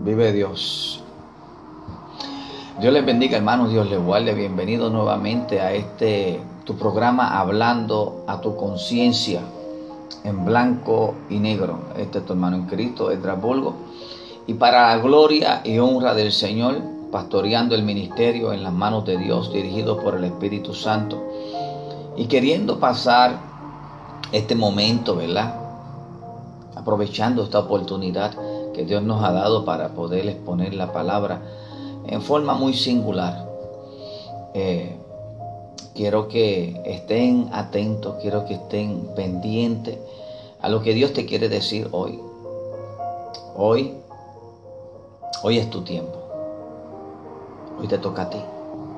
Vive Dios. Dios les bendiga, hermanos. Dios les guarde. Bienvenido nuevamente a tu programa Hablando a tu Conciencia en blanco y negro. Este es tu hermano en Cristo, Esdras Bulgo. Y para la gloria y honra del Señor, pastoreando el ministerio en las manos de Dios, dirigido por el Espíritu Santo. Y queriendo pasar este momento, ¿verdad? Aprovechando esta oportunidad que Dios nos ha dado para poder exponer la palabra en forma muy singular. Quiero que estén atentos, quiero que estén pendientes a lo que Dios te quiere decir hoy. Hoy es tu tiempo. Hoy te toca a ti.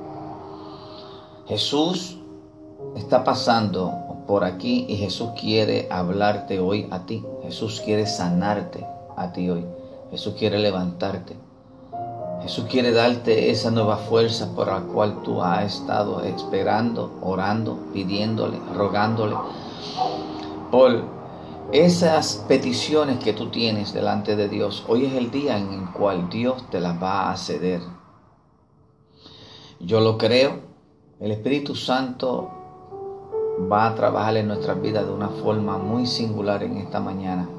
Jesús está pasando por aquí y Jesús quiere hablarte hoy a ti. Jesús quiere sanarte a ti hoy. Jesús quiere levantarte. Jesús quiere darte esa nueva fuerza por la cual tú has estado esperando, orando, pidiéndole, rogándole. Por esas peticiones que tú tienes delante de Dios. Hoy es el día en el cual Dios te las va a ceder. Yo lo creo. El Espíritu Santo va a trabajar en nuestras vidas de una forma muy singular en esta mañana.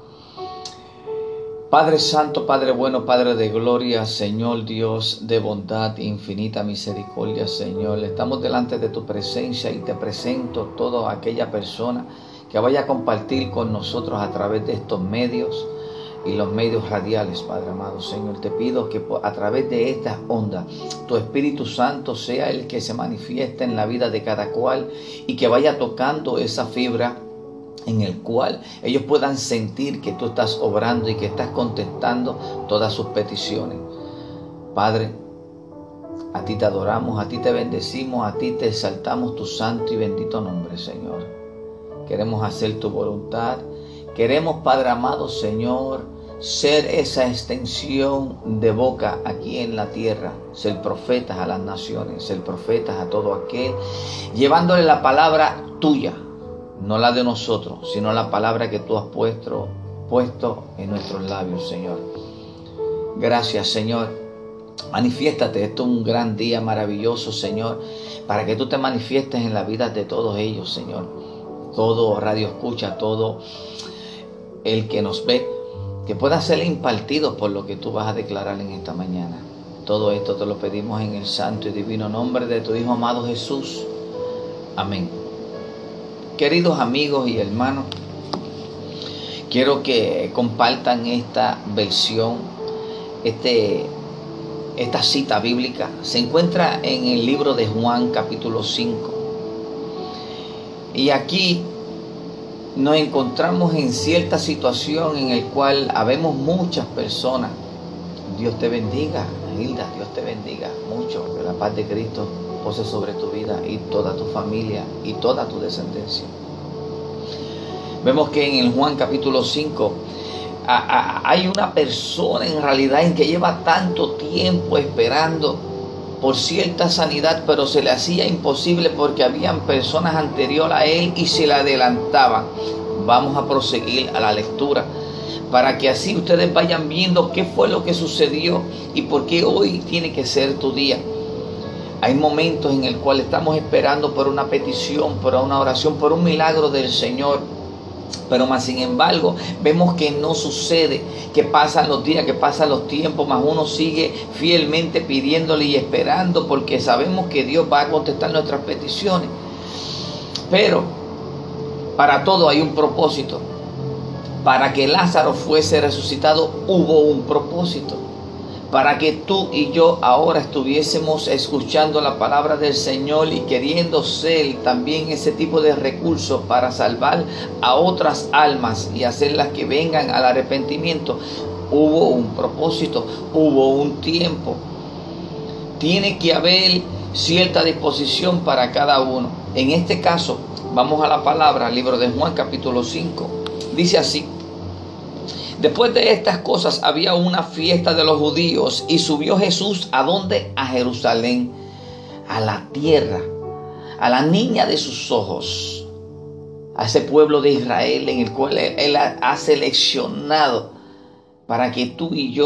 Padre Santo, Padre bueno, Padre de gloria, Señor Dios de bondad, infinita misericordia, Señor. Estamos delante de tu presencia y te presento toda aquella persona que vaya a compartir con nosotros a través de estos medios y los medios radiales, Padre amado. Señor, te pido que a través de estas ondas, tu Espíritu Santo sea el que se manifieste en la vida de cada cual y que vaya tocando esa fibra en el cual ellos puedan sentir que tú estás obrando y que estás contestando todas sus peticiones. Padre, a ti te adoramos, a ti te bendecimos, a ti te exaltamos tu santo y bendito nombre, Señor. Queremos hacer tu voluntad. Queremos, Padre amado, Señor, ser esa extensión de boca aquí en la tierra, ser profetas a las naciones, ser profetas a todo aquel, llevándole la palabra tuya. No la de nosotros, sino la palabra que tú has puesto en nuestros labios, Señor. Gracias, Señor. Manifiéstate. Esto es un gran día maravilloso, Señor, para que tú te manifiestes en la vida de todos ellos, Señor. Todo radio escucha, todo el que nos ve, que pueda ser impartido por lo que tú vas a declarar en esta mañana. Todo esto te lo pedimos en el santo y divino nombre de tu Hijo amado Jesús. Amén. Queridos amigos y hermanos, quiero que compartan esta versión, esta cita bíblica. Se encuentra en el libro de Juan capítulo 5. Y aquí nos encontramos en cierta situación en el cual habemos muchas personas. Dios te bendiga, Hilda, Dios te bendiga mucho. Que la paz de Cristo pose sobre tu vida y toda tu familia y toda tu descendencia. Vemos que en el Juan capítulo 5 hay una persona en realidad en que lleva tanto tiempo esperando por cierta sanidad, pero se le hacía imposible porque habían personas anterior a él y se le adelantaban. Vamos a proseguir a la lectura para que así ustedes vayan viendo qué fue lo que sucedió y por qué hoy tiene que ser tu día. Hay momentos en el cual estamos esperando por una petición, por una oración, por un milagro del Señor. Pero más sin embargo, vemos que no sucede, que pasan los días, que pasan los tiempos, más uno sigue fielmente pidiéndole y esperando porque sabemos que Dios va a contestar nuestras peticiones. Pero para todo hay un propósito. Para que Lázaro fuese resucitado hubo un propósito. Para que tú y yo ahora estuviésemos escuchando la palabra del Señor y queriendo ser también ese tipo de recursos para salvar a otras almas y hacerlas que vengan al arrepentimiento, hubo un propósito, hubo un tiempo. Tiene que haber cierta disposición para cada uno. En este caso, vamos a la palabra, libro de Juan capítulo 5. Dice así: después de estas cosas había una fiesta de los judíos y subió Jesús ¿a dónde? A Jerusalén, a la tierra, a la niña de sus ojos, a ese pueblo de Israel en el cual Él ha seleccionado para que tú y yo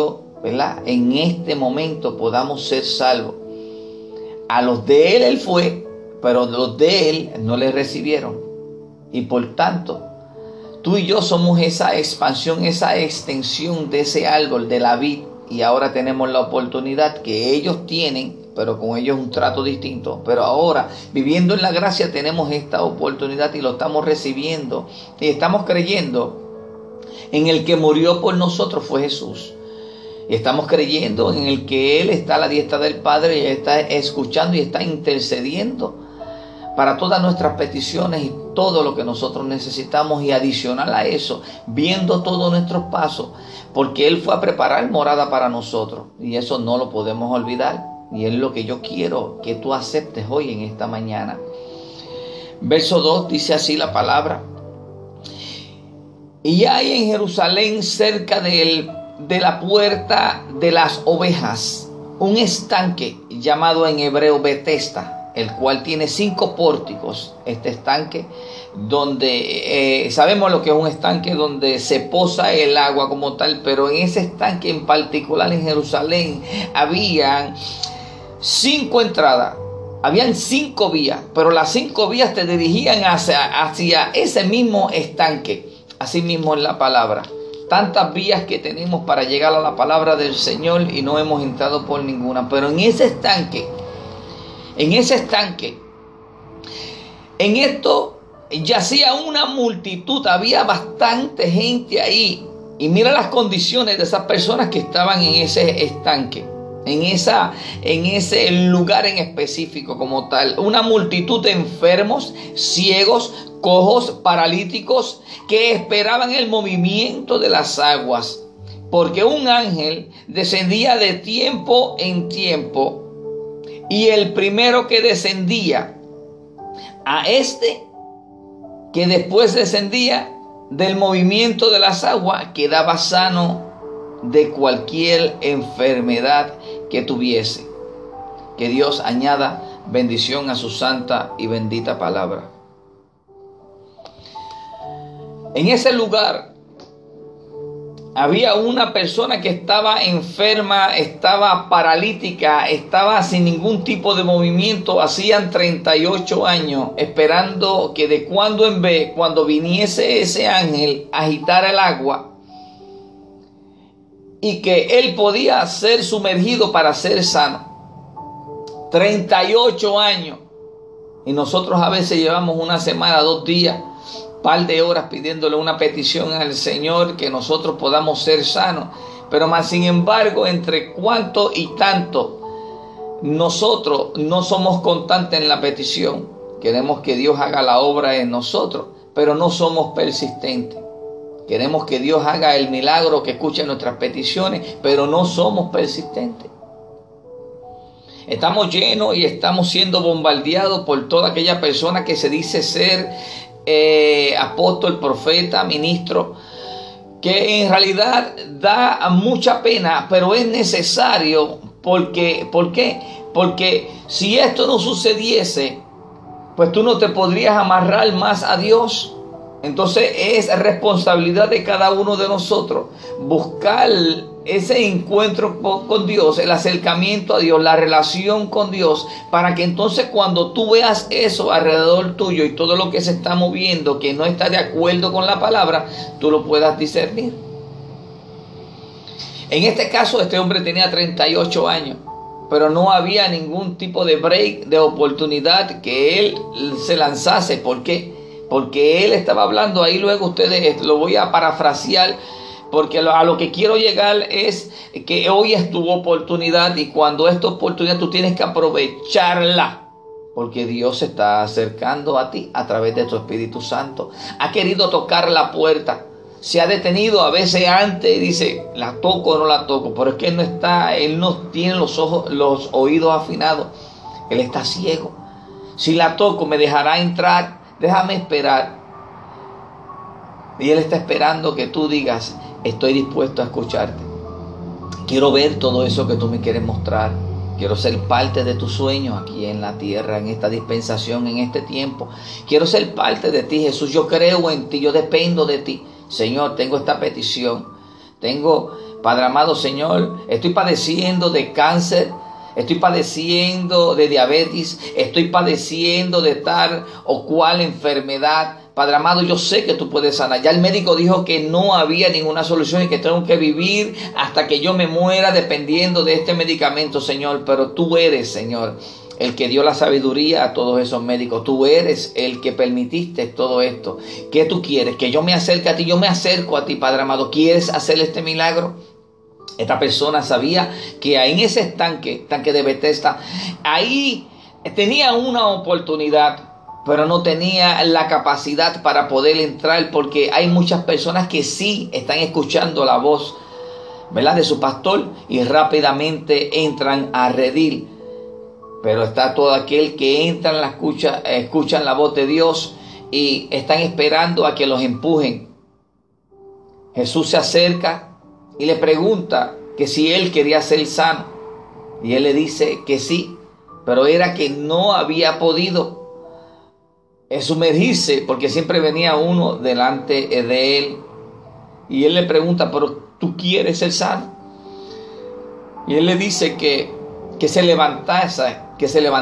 ¿verdad?, en este momento podamos ser salvos. A los de Él fue, pero los de Él no le recibieron. Y por tanto, tú y yo somos esa expansión, esa extensión de ese árbol, de la vid. Y ahora tenemos la oportunidad que ellos tienen, pero con ellos un trato distinto. Pero ahora, viviendo en la gracia, tenemos esta oportunidad y lo estamos recibiendo. Y estamos creyendo en el que murió por nosotros, fue Jesús. Y estamos creyendo en el que Él está a la diestra del Padre y está escuchando y está intercediendo para todas nuestras peticiones y todo lo que nosotros necesitamos, y adicional a eso, viendo todos nuestros pasos, porque Él fue a preparar morada para nosotros y eso no lo podemos olvidar. Y es lo que yo quiero que tú aceptes hoy en esta mañana. Verso 2 dice así la palabra: y hay en Jerusalén, cerca de la puerta de las ovejas, un estanque llamado en hebreo Betesda, el cual tiene 5 pórticos. Este estanque, donde sabemos lo que es un estanque, donde se posa el agua como tal, pero en ese estanque en particular en Jerusalén habían 5 entradas, habían 5 vías, pero las 5 vías te dirigían hacia ese mismo estanque. Así mismo es la palabra. Tantas vías que tenemos para llegar a la palabra del Señor y no hemos entrado por ninguna. Pero en ese estanque, en esto yacía una multitud, había bastante gente ahí. Y mira las condiciones de esas personas que estaban en ese estanque, en ese lugar en específico como tal. Una multitud de enfermos, ciegos, cojos, paralíticos, que esperaban el movimiento de las aguas, porque un ángel descendía de tiempo en tiempo, y el primero que descendía, a este que después descendía del movimiento de las aguas, quedaba sano de cualquier enfermedad que tuviese. Que Dios añada bendición a su santa y bendita palabra. En ese lugar había una persona que estaba enferma, estaba paralítica, estaba sin ningún tipo de movimiento. Hacían 38 años esperando que de cuando en vez, cuando viniese ese ángel, agitara el agua y que él podía ser sumergido para ser sano. 38 años. Y nosotros a veces llevamos una semana, 2 días, par de horas pidiéndole una petición al Señor que nosotros podamos ser sanos. Pero más sin embargo, entre cuánto y tanto, nosotros no somos constantes en la petición. Queremos que Dios haga la obra en nosotros, pero no somos persistentes. Queremos que Dios haga el milagro, que escuche nuestras peticiones, pero no somos persistentes. Estamos llenos y estamos siendo bombardeados por toda aquella persona que se dice ser apóstol, profeta, ministro, que en realidad da mucha pena, pero es necesario. ¿Por qué? Porque si esto no sucediese, pues tú no te podrías amarrar más a Dios. Entonces es responsabilidad de cada uno de nosotros buscar ese encuentro con Dios, el acercamiento a Dios, la relación con Dios, para que entonces cuando tú veas eso alrededor tuyo y todo lo que se está moviendo que no está de acuerdo con la palabra, tú lo puedas discernir. En este caso, este hombre tenía 38 años, pero no había ningún tipo de break, de oportunidad que él se lanzase. ¿Por qué? Porque él estaba hablando ahí, luego ustedes lo voy a parafrasear, porque a lo que quiero llegar es que hoy es tu oportunidad, y cuando es tu oportunidad tú tienes que aprovecharla, porque Dios se está acercando a ti a través de tu Espíritu Santo. Ha querido tocar la puerta, se ha detenido a veces antes y dice, ¿la toco o no la toco? Pero es que él no tiene los oídos afinados, él está ciego. Si la toco, ¿me dejará entrar? Déjame esperar. Y Él está esperando que tú digas, estoy dispuesto a escucharte. Quiero ver todo eso que tú me quieres mostrar. Quiero ser parte de tu sueño aquí en la tierra, en esta dispensación, en este tiempo. Quiero ser parte de ti, Jesús. Yo creo en ti, yo dependo de ti. Señor, tengo esta petición. Tengo Padre amado Señor, estoy padeciendo de cáncer, estoy padeciendo de diabetes, estoy padeciendo de tal o cual enfermedad. Padre amado, yo sé que tú puedes sanar. Ya el médico dijo que no había ninguna solución y que tengo que vivir hasta que yo me muera dependiendo de este medicamento, Señor. Pero tú eres, Señor, el que dio la sabiduría a todos esos médicos. Tú eres el que permitiste todo esto. ¿Qué tú quieres? Que yo me acerque a ti. Yo me acerco a ti, Padre amado. ¿Quieres hacer este milagro? Esta persona sabía que ahí en ese estanque de Bethesda, ahí tenía una oportunidad, pero no tenía la capacidad para poder entrar, porque hay muchas personas que sí están escuchando la voz, ¿verdad?, de su pastor, y rápidamente entran a redil. Pero está todo aquel que entra, escuchan la voz de Dios y están esperando a que los empujen. Jesús se acerca y le pregunta que si él quería ser sano. Y él le dice que sí, pero era que no había podido sumergirse, porque siempre venía uno delante de él. Y él le pregunta, pero ¿tú quieres ser sano? Y él le dice que se levantara,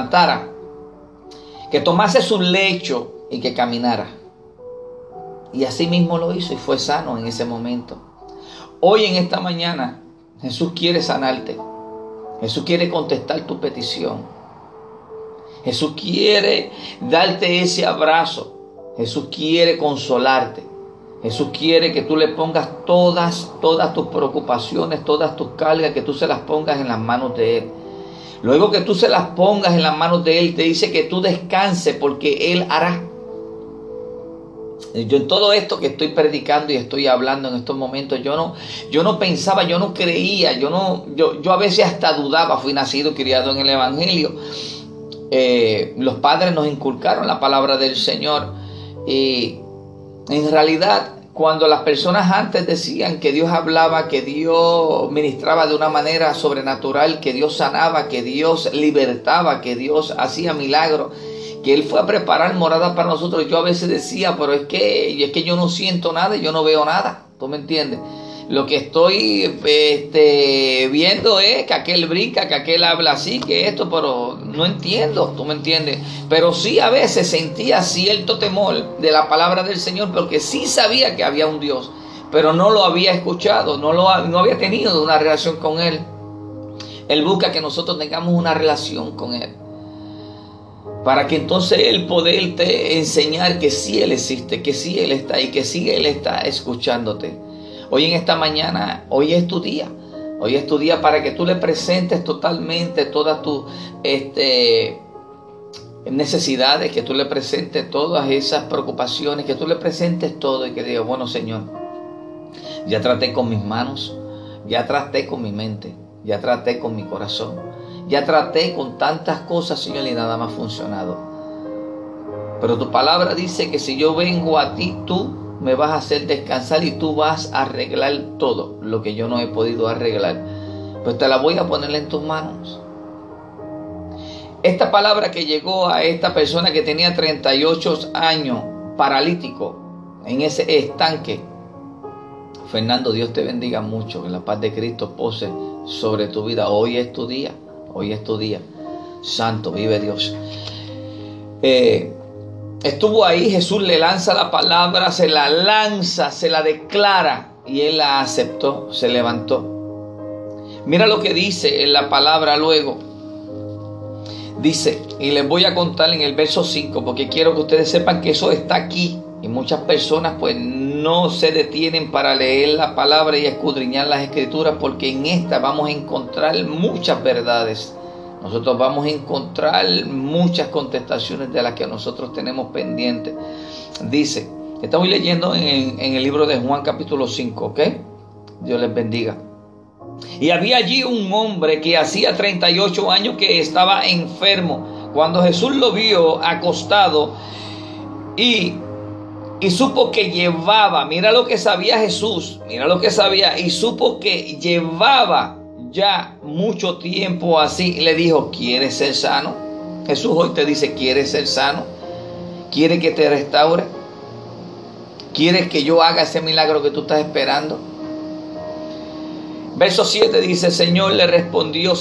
que tomase su lecho y que caminara. Y así mismo lo hizo y fue sano en ese momento. Hoy en esta mañana Jesús quiere sanarte. Jesús quiere contestar tu petición. Jesús quiere darte ese abrazo. Jesús quiere consolarte. Jesús quiere que tú le pongas todas tus preocupaciones, todas tus cargas, que tú se las pongas en las manos de Él. Luego que tú se las pongas en las manos de Él, te dice que tú descanses porque Él hará. Yo en todo esto que estoy predicando y estoy hablando en estos momentos, yo no pensaba, yo no creía, yo a veces hasta dudaba. Fui nacido y criado en el Evangelio. Los padres nos inculcaron la palabra del Señor. Y en realidad, cuando las personas antes decían que Dios hablaba, que Dios ministraba de una manera sobrenatural, que Dios sanaba, que Dios libertaba, que Dios hacía milagros, que Él fue a preparar morada para nosotros, yo a veces decía, pero es que yo no siento nada y yo no veo nada. ¿Tú me entiendes? Lo que estoy viendo es que aquel brinca, que aquel habla así, que esto, pero no entiendo. ¿Tú me entiendes? Pero sí a veces sentía cierto temor de la palabra del Señor, porque sí sabía que había un Dios, pero no lo había escuchado, no había tenido una relación con Él. Él busca que nosotros tengamos una relación con Él, para que entonces Él poderte enseñar que sí Él existe, que sí Él está ahí, que sí Él está escuchándote. Hoy en esta mañana, hoy es tu día. Hoy es tu día para que tú le presentes totalmente todas tus necesidades, que tú le presentes todas esas preocupaciones, que tú le presentes todo y que digas, bueno, Señor, ya traté con mis manos, ya traté con mi mente, ya traté con mi corazón, ya traté con tantas cosas, Señor, y nada más ha funcionado. Pero tu palabra dice que si yo vengo a ti, tú me vas a hacer descansar y tú vas a arreglar todo lo que yo no he podido arreglar. Pues te la voy a poner en tus manos. Esta palabra que llegó a esta persona que tenía 38 años, paralítico, en ese estanque. Fernando, Dios te bendiga mucho, que la paz de Cristo pose sobre tu vida. Hoy es tu día, hoy es tu día. Santo, vive Dios. Estuvo ahí, Jesús le lanza la palabra, se la lanza, se la declara y él la aceptó, se levantó. Mira lo que dice en la palabra luego. Dice, y les voy a contar en el verso 5, porque quiero que ustedes sepan que eso está aquí. Y muchas personas pues no se detienen para leer la palabra y escudriñar las escrituras, porque en esta vamos a encontrar muchas verdades. Nosotros vamos a encontrar muchas contestaciones de las que nosotros tenemos pendientes. Dice, estamos leyendo en el libro de Juan capítulo 5, ¿ok? Dios les bendiga. Y había allí un hombre que hacía 38 años que estaba enfermo. Cuando Jesús lo vio acostado y supo que llevaba, mira lo que sabía Jesús, mira lo que sabía, y supo que llevaba ya mucho tiempo así, le dijo, ¿quieres ser sano? Jesús hoy te dice, ¿quieres ser sano? ¿Quieres que te restaure? ¿Quieres que yo haga ese milagro que tú estás esperando? Verso 7 dice, Señor, le respondió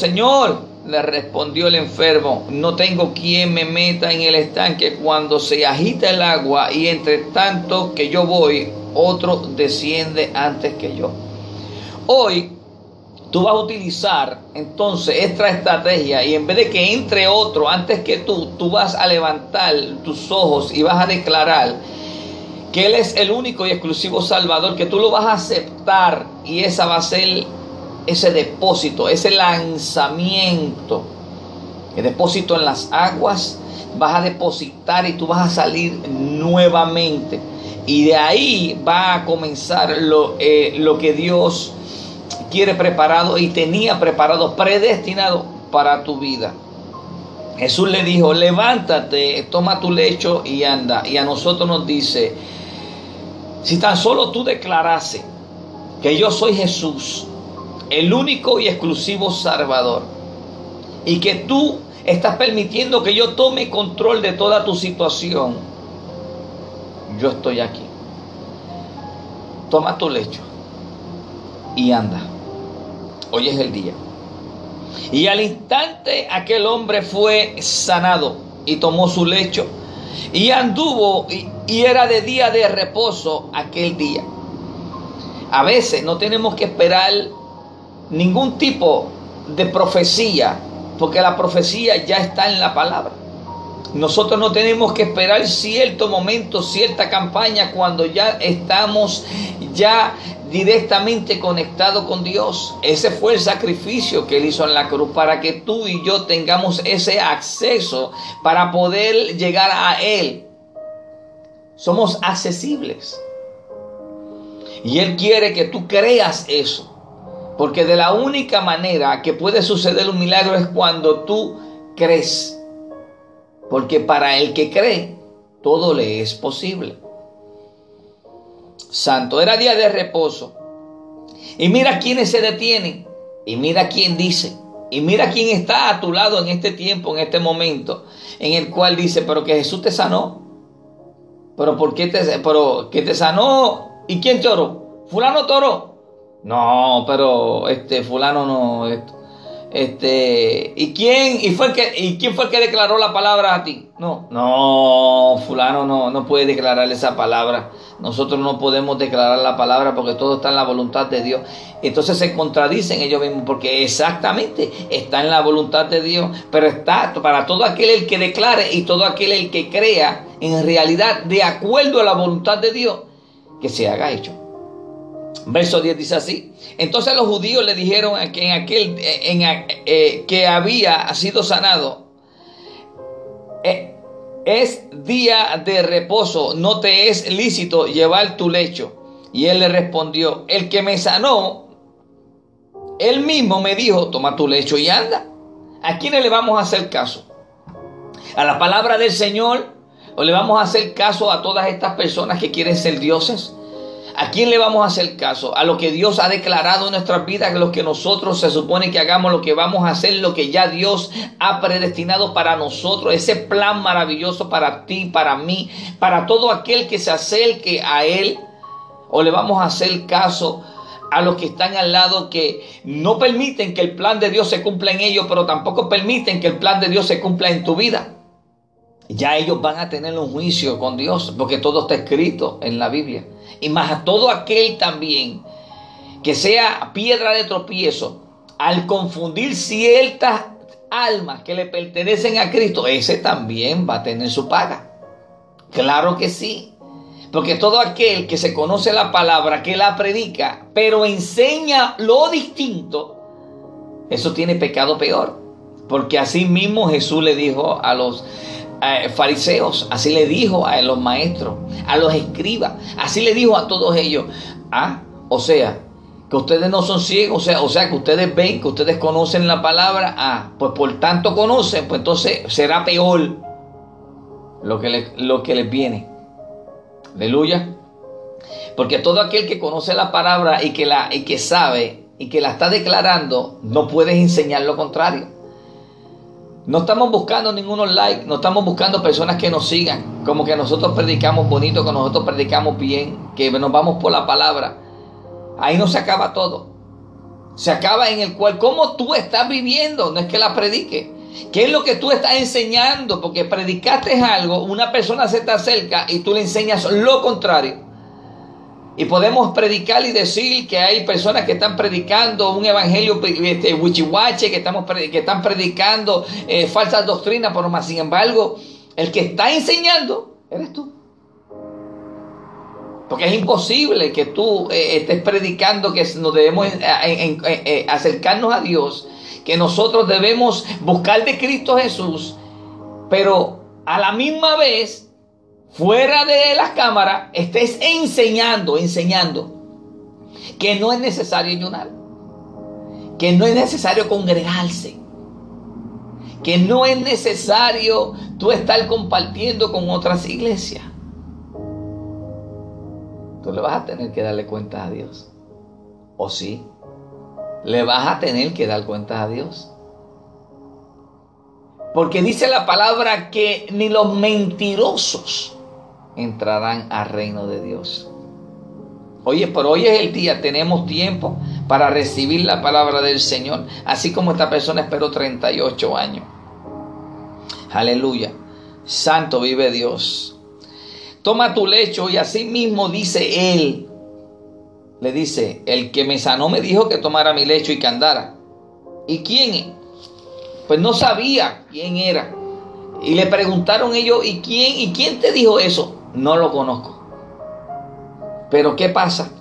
el enfermo, no tengo quien me meta en el estanque cuando se agita el agua, y entre tanto que yo voy, otro desciende antes que yo. Hoy tú vas a utilizar entonces esta estrategia, y en vez de que entre otro antes que tú vas a levantar tus ojos y vas a declarar que Él es el único y exclusivo Salvador, que tú lo vas a aceptar, y esa va a ser ese depósito, ese lanzamiento, el depósito en las aguas. Vas a depositar y tú vas a salir nuevamente, y de ahí va a comenzar lo que Dios quiere preparado y tenía preparado, predestinado para tu vida. Jesús le dijo, levántate, toma tu lecho y anda. Y a nosotros nos dice, si tan solo tú declarase que yo soy Jesús, el único y exclusivo Salvador, y que tú estás permitiendo que yo tome control de toda tu situación, yo estoy aquí. Toma tu lecho y anda. Hoy es el día. Y al instante aquel hombre fue sanado y tomó su lecho y anduvo, y era de día de reposo aquel día. A veces no tenemos que esperar ningún tipo de profecía, porque la profecía ya está en la palabra. Nosotros no tenemos que esperar cierto momento, cierta campaña, cuando ya estamos directamente conectados con Dios. Ese fue el sacrificio que Él hizo en la cruz, para que tú y yo tengamos ese acceso para poder llegar a Él. Somos accesibles. Y Él quiere que tú creas eso, porque de la única manera que puede suceder un milagro es cuando tú crees. Porque para el que cree, todo le es posible. Santo, era día de reposo. Y mira quiénes se detienen. Y mira quién dice. Y mira quién está a tu lado en este tiempo, en este momento, en el cual dice, pero que Jesús te sanó. Pero ¿por qué que te sanó? ¿Y quién te oró? ¿Fulano te oró? No, pero fulano no. ¿Y quién fue el que declaró la palabra a ti? No, fulano no puede declarar esa palabra. Nosotros no podemos declarar la palabra, porque todo está en la voluntad de Dios. Entonces se contradicen ellos mismos, porque exactamente está en la voluntad de Dios, pero está para todo aquel el que declare y todo aquel el que crea en realidad de acuerdo a la voluntad de Dios, que se haga hecho. Verso 10 dice así: entonces los judíos le dijeron que había sido sanado, es día de reposo, no te es lícito llevar tu lecho. Y él le respondió: el que me sanó, él mismo me dijo, toma tu lecho y anda. ¿A quiénes le vamos a hacer caso? ¿A la palabra del Señor? ¿O le vamos a hacer caso a todas estas personas que quieren ser dioses? ¿A quién le vamos a hacer caso? A lo que Dios ha declarado en nuestras vidas, lo que nosotros se supone que hagamos, lo que vamos a hacer, lo que ya Dios ha predestinado para nosotros, ese plan maravilloso para ti, para mí, para todo aquel que se acerque a Él. ¿O le vamos a hacer caso a los que están al lado, que no permiten que el plan de Dios se cumpla en ellos, pero tampoco permiten que el plan de Dios se cumpla en tu vida? Ya ellos van a tener un juicio con Dios, porque todo está escrito en la Biblia. Y más a todo aquel también que sea piedra de tropiezo al confundir ciertas almas que le pertenecen a Cristo, ese también va a tener su paga. Claro que sí. Porque todo aquel que se conoce la palabra, que la predica, pero enseña lo distinto, eso tiene pecado peor. Porque así mismo Jesús le dijo a los fariseos, así le dijo a los maestros, a los escribas, así le dijo a todos ellos: o sea, que ustedes no son ciegos, o sea, que ustedes ven, que ustedes conocen la palabra, pues por tanto conocen, pues entonces será peor lo que les viene. Aleluya. Porque todo aquel que conoce la palabra y que sabe y que la está declarando, no puedes enseñar lo contrario. No estamos buscando ningunos likes, no estamos buscando personas que nos sigan, como que nosotros predicamos bonito, que nosotros predicamos bien, que nos vamos por la palabra. Ahí no se acaba todo. Se acaba en el cual, cómo tú estás viviendo, no es que la predique. ¿Qué es lo que tú estás enseñando? Porque predicaste algo, una persona se te acerca y tú le enseñas lo contrario. Y podemos predicar y decir que hay personas que están predicando un evangelio wichihuache, que están predicando falsas doctrinas, pero más sin embargo, el que está enseñando eres tú. Porque es imposible que tú estés predicando que nos debemos acercarnos a Dios, que nosotros debemos buscar de Cristo Jesús, pero a la misma vez, fuera de las cámaras, estés enseñando que no es necesario ayunar, que no es necesario congregarse, que no es necesario tú estar compartiendo con otras iglesias. Tú le vas a tener que darle cuentas a Dios. ¿O sí? Le vas a tener que dar cuentas a Dios. Porque dice la palabra que ni los mentirosos entrarán al reino de Dios. Oye, pero hoy es el día, tenemos tiempo para recibir la palabra del Señor. Así como esta persona esperó 38 años. Aleluya. Santo vive Dios. Toma tu lecho, y así mismo dice él. Le dice, el que me sanó me dijo que tomara mi lecho y que andara. ¿Y quién? Pues no sabía quién era. Y le preguntaron ellos, ¿y quién te dijo eso? No lo conozco. Pero ¿qué pasa?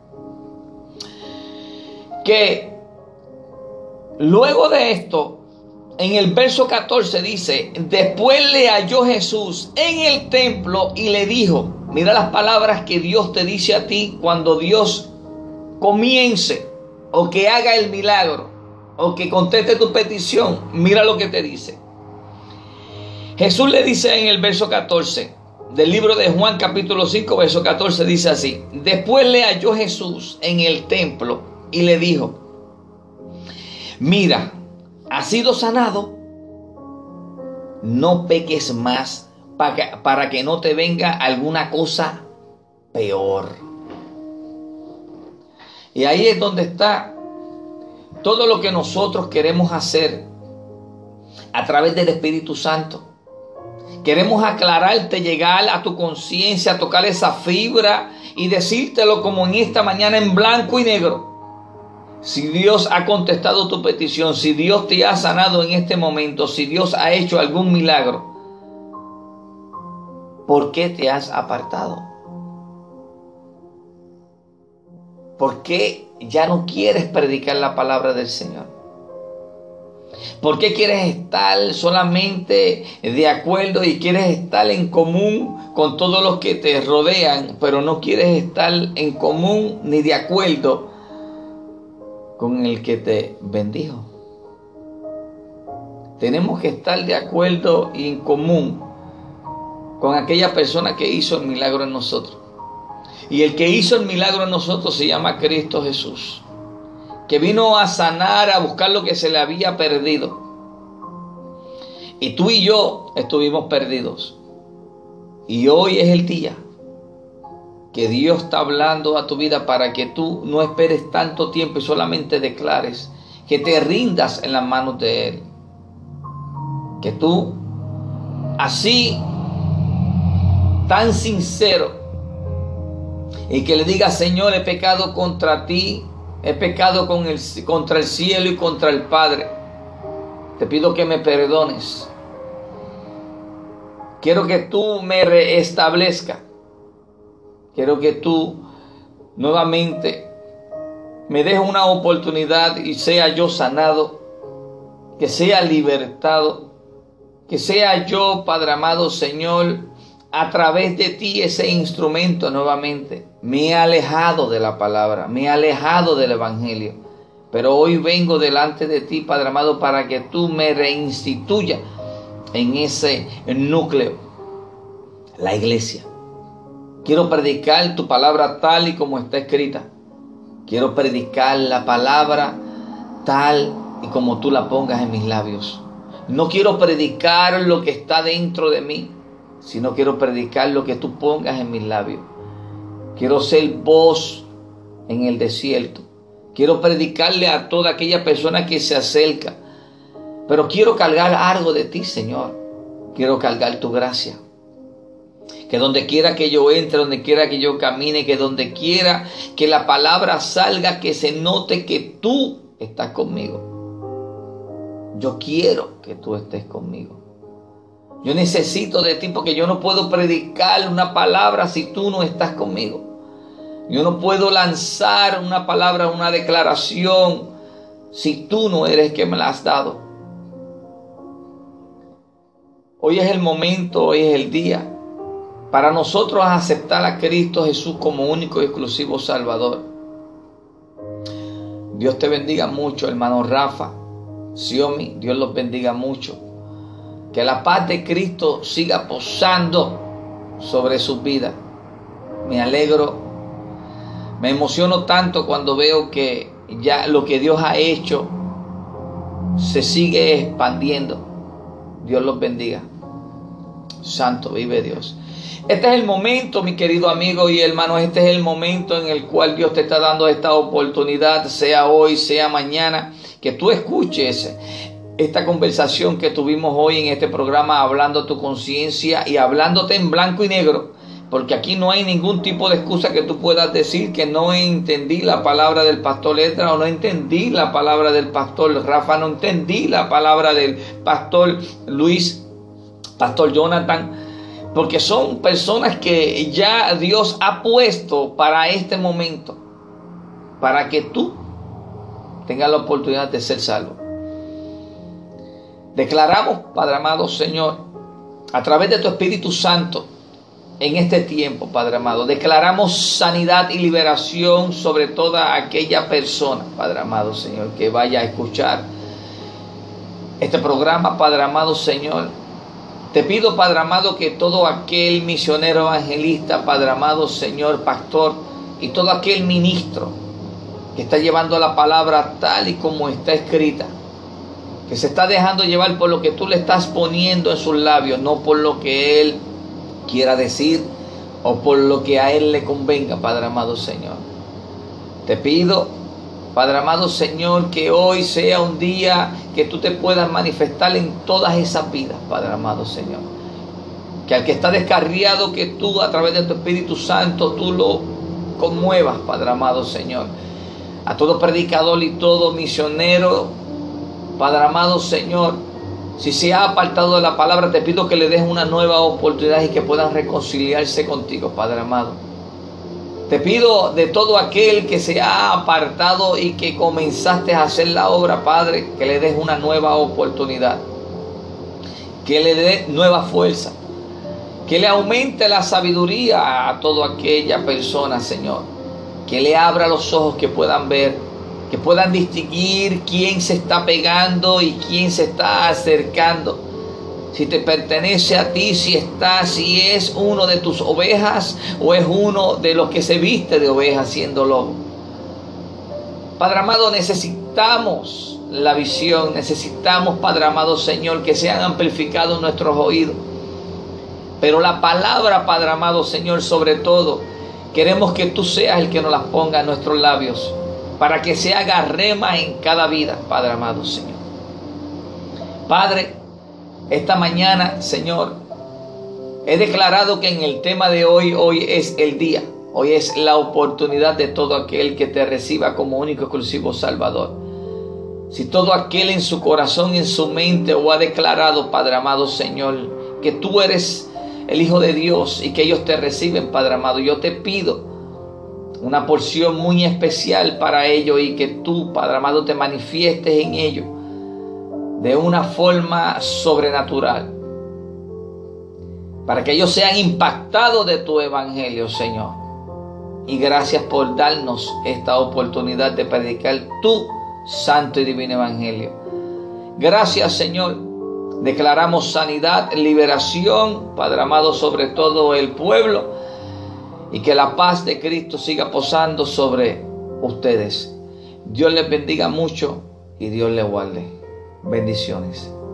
Que luego de esto, en el verso 14 dice, después le halló Jesús en el templo y le dijo, mira las palabras que Dios te dice a ti cuando Dios comience o que haga el milagro o que conteste tu petición. Mira lo que te dice. Jesús le dice en el verso 14 del libro de Juan capítulo 5 verso 14, dice así, después le halló Jesús en el templo y le dijo, mira, has sido sanado, no peques más para que no te venga alguna cosa peor. Y ahí es donde está todo lo que nosotros queremos hacer a través del Espíritu Santo. Queremos aclararte, llegar a tu conciencia, tocar esa fibra y decírtelo como en esta mañana en blanco y negro. Si Dios ha contestado tu petición, si Dios te ha sanado en este momento, si Dios ha hecho algún milagro, ¿por qué te has apartado? ¿Por qué ya no quieres predicar la palabra del Señor? ¿Por qué quieres estar solamente de acuerdo y quieres estar en común con todos los que te rodean, pero no quieres estar en común ni de acuerdo con el que te bendijo? Tenemos que estar de acuerdo y en común con aquella persona que hizo el milagro en nosotros. Y el que hizo el milagro en nosotros se llama Cristo Jesús, que vino a sanar, a buscar lo que se le había perdido. Y tú y yo estuvimos perdidos. Y hoy es el día que Dios está hablando a tu vida para que tú no esperes tanto tiempo y solamente declares, que te rindas en las manos de Él. Que tú, así, tan sincero, y que le digas, Señor, he pecado contra ti, he pecado contra el cielo y contra el Padre. Te pido que me perdones. Quiero que tú me restablezcas. Quiero que tú nuevamente me dejes una oportunidad y sea yo sanado, que sea libertado, que sea yo, Padre amado, Señor, a través de ti ese instrumento nuevamente. Me he alejado de la palabra, me he alejado del evangelio, pero hoy vengo delante de ti, Padre amado, para que tú me reinstituyas en ese núcleo, la iglesia. Quiero predicar tu palabra tal y como está escrita. Quiero predicar la palabra tal y como tú la pongas en mis labios. No quiero predicar lo que está dentro de mí, sino quiero predicar lo que tú pongas en mis labios. Quiero ser voz en el desierto. Quiero predicarle a toda aquella persona que se acerca. Pero quiero cargar algo de ti, Señor. Quiero cargar tu gracia. Que donde quiera que yo entre, donde quiera que yo camine, que donde quiera que la palabra salga, que se note que tú estás conmigo. Yo quiero que tú estés conmigo. Yo necesito de ti porque yo no puedo predicar una palabra si tú no estás conmigo. Yo no puedo lanzar una palabra, una declaración si tú no eres que me la has dado. Hoy es el momento, hoy es el día para nosotros aceptar a Cristo Jesús como único y exclusivo Salvador. Dios te bendiga mucho, hermano Rafa, Xiomi, Dios los bendiga mucho. Que la paz de Cristo siga posando sobre sus vidas. Me alegro, me emociono tanto cuando veo que ya lo que Dios ha hecho se sigue expandiendo. Dios los bendiga. Santo vive Dios. Este es el momento, mi querido amigo y hermano, este es el momento en el cual Dios te está dando esta oportunidad, sea hoy, sea mañana, que tú escuches esta conversación que tuvimos hoy en este programa, hablando a tu conciencia y hablándote en blanco y negro, porque aquí no hay ningún tipo de excusa que tú puedas decir que no entendí la palabra del pastor Edra, o no entendí la palabra del pastor Rafa, no entendí la palabra del pastor Luis, pastor Jonathan, porque son personas que ya Dios ha puesto para este momento, para que tú tengas la oportunidad de ser salvo. Declaramos, Padre amado Señor, a través de tu Espíritu Santo, en este tiempo, Padre amado, declaramos sanidad y liberación sobre toda aquella persona, Padre amado Señor, que vaya a escuchar este programa, Padre amado Señor. Te pido, Padre amado, que todo aquel misionero evangelista, Padre amado Señor, pastor, y todo aquel ministro que está llevando la palabra tal y como está escrita, que se está dejando llevar por lo que tú le estás poniendo en sus labios, no por lo que él quiera decir o por lo que a él le convenga, Padre amado Señor. Te pido, Padre amado Señor, que hoy sea un día que tú te puedas manifestar en todas esas vidas, Padre amado Señor. Que al que está descarriado, que tú a través de tu Espíritu Santo, tú lo conmuevas, Padre amado Señor. A todo predicador y todo misionero, Padre amado Señor, si se ha apartado de la palabra, te pido que le des una nueva oportunidad y que puedan reconciliarse contigo, Padre amado. Te pido de todo aquel que se ha apartado y que comenzaste a hacer la obra, Padre, que le des una nueva oportunidad, que le dé nueva fuerza, que le aumente la sabiduría a toda aquella persona, Señor, que le abra los ojos, que puedan ver, que puedan distinguir quién se está pegando y quién se está acercando. Si te pertenece a ti, si es uno de tus ovejas o es uno de los que se viste de oveja siendo lobo. Padre amado, necesitamos la visión, necesitamos, Padre amado Señor, que sean amplificados nuestros oídos. Pero la palabra, Padre amado Señor, sobre todo, queremos que tú seas el que nos las ponga en nuestros labios, para que se haga rema en cada vida, Padre amado Señor. Padre, esta mañana, Señor, he declarado que en el tema de hoy es el día. Hoy es la oportunidad de todo aquel que te reciba como único exclusivo Salvador. Si todo aquel en su corazón, en su mente, o ha declarado, Padre amado Señor, que tú eres el Hijo de Dios y que ellos te reciben, Padre amado, yo te pido una porción muy especial para ellos y que tú, Padre amado, te manifiestes en ellos de una forma sobrenatural, para que ellos sean impactados de tu evangelio, Señor. Y gracias por darnos esta oportunidad de predicar tu santo y divino evangelio. Gracias, Señor. Declaramos sanidad, liberación, Padre amado, sobre todo el pueblo, y que la paz de Cristo siga posando sobre ustedes. Dios les bendiga mucho y Dios les guarde. Bendiciones.